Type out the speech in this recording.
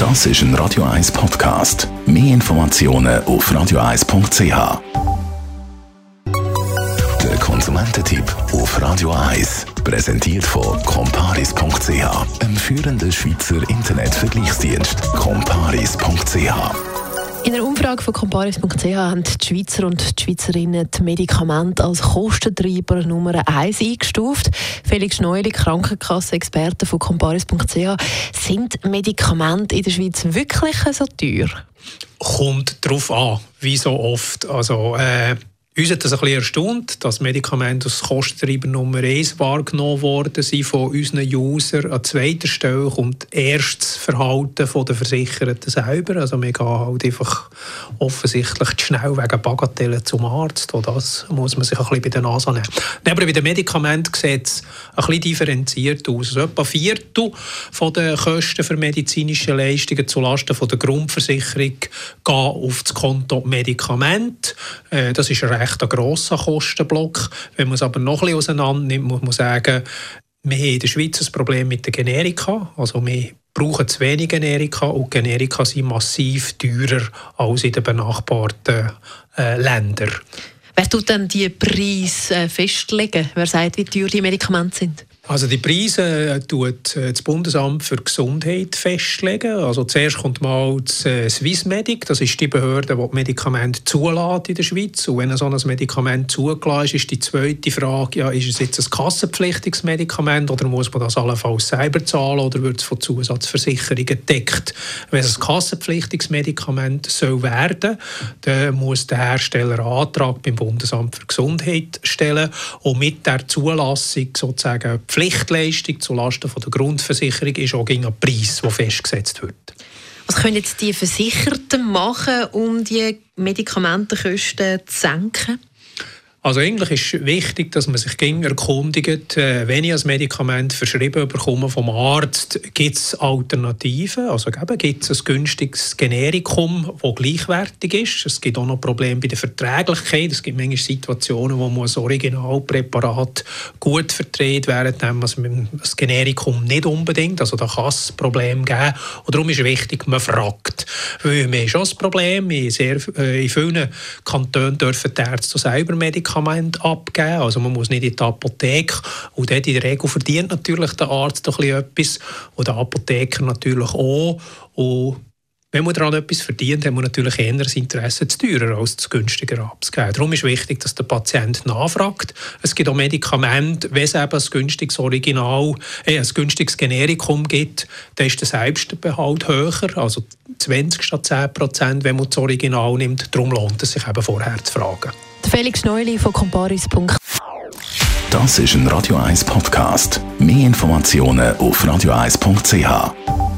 Das ist ein Radio 1 Podcast. Mehr Informationen auf radio1.ch. Der Konsumententipp auf Radio 1. Präsentiert von comparis.ch, einem führenden Schweizer Internetvergleichsdienst. comparis.ch. In einer Umfrage von comparis.ch haben die Schweizer und die Schweizerinnen die Medikamente als Kostentreiber Nummer 1 eingestuft. Felix Schneuli, Krankenkasse-Experte von comparis.ch. Sind Medikamente in der Schweiz wirklich so teuer? Kommt darauf an, wie so oft. Uns hat das ein bisschen erstaunt, dass Medikamente als Kostentreiber Nummer 1 wahrgenommen worden sind von unseren Usern. An zweiter Stelle kommt erst das Verhalten der Versicherten selber. Also wir gehen halt einfach offensichtlich zu schnell wegen Bagatellen zum Arzt. Und das muss man sich ein bisschen bei der Nase nehmen. Aber bei den Medikamenten sieht es ein bisschen differenziert aus. Also etwa 1/4 von den Kosten für medizinische Leistungen zulasten von der Grundversicherung gehen auf das Konto Medikament. Das ist ein grosser Kostenblock. Wenn man es aber noch ein bisschen auseinander nimmt, muss man sagen, wir haben in der Schweiz ein Problem mit den Generika. Also wir brauchen zu wenig Generika und Generika sind massiv teurer als in den benachbarten Ländern. Wer tut denn die Preise festlegen? Wer sagt, wie teuer die Medikamente sind? Also die Preise tut das Bundesamt für Gesundheit festlegen. Also zuerst kommt mal das Swissmedic, das ist die Behörde, die Medikamente zulässt in der Schweiz. Und wenn so ein Medikament zugelassen ist, ist die zweite Frage, ja, ist es jetzt ein kassenpflichtiges Medikament oder muss man das allenfalls selber zahlen oder wird es von Zusatzversicherungen gedeckt? Wenn es ein kassenpflichtiges Medikament soll werden, dann muss der Hersteller einen Antrag beim Bundesamt für Gesundheit stellen und mit der Zulassung sozusagen Pflichtleistung zulasten von der Grundversicherung ist auch ein Preis, der festgesetzt wird. Was können jetzt die Versicherten machen, um die Medikamentenkosten zu senken? Also eigentlich ist wichtig, dass man sich erkundigt, wenn ich ein Medikament verschrieben bekomme vom Arzt, gibt es Alternativen? Also gibt es ein günstiges Generikum, das gleichwertig ist? Es gibt auch noch Probleme bei der Verträglichkeit. Es gibt manchmal Situationen, wo man ein Originalpräparat gut verträgt, während das Generikum nicht unbedingt. Also da kann es Probleme geben. Und darum ist wichtig, man fragt. Weil wir haben schon das Problem, in vielen Kantonen dürfen die Ärzte selber Medikamente abgeben. Also man muss nicht in die Apotheke. Und dort in der Regel verdient natürlich der Arzt ein bisschen etwas und der Apotheker natürlich auch. Und wenn man daran etwas verdient, hat man natürlich eher das Interesse, zu teurer als zu günstiger abzugeben. Darum ist wichtig, dass der Patient nachfragt. Es gibt auch Medikamente, wenn es eben ein günstiges Generikum gibt, dann ist der Selbstbehalt höher, also 20 statt 10%, wenn man das Original nimmt. Darum lohnt es sich eben vorher zu fragen. Felix Schneuli von comparis.ch. Das ist ein Radio 1 Podcast. Mehr Informationen auf radio1.ch.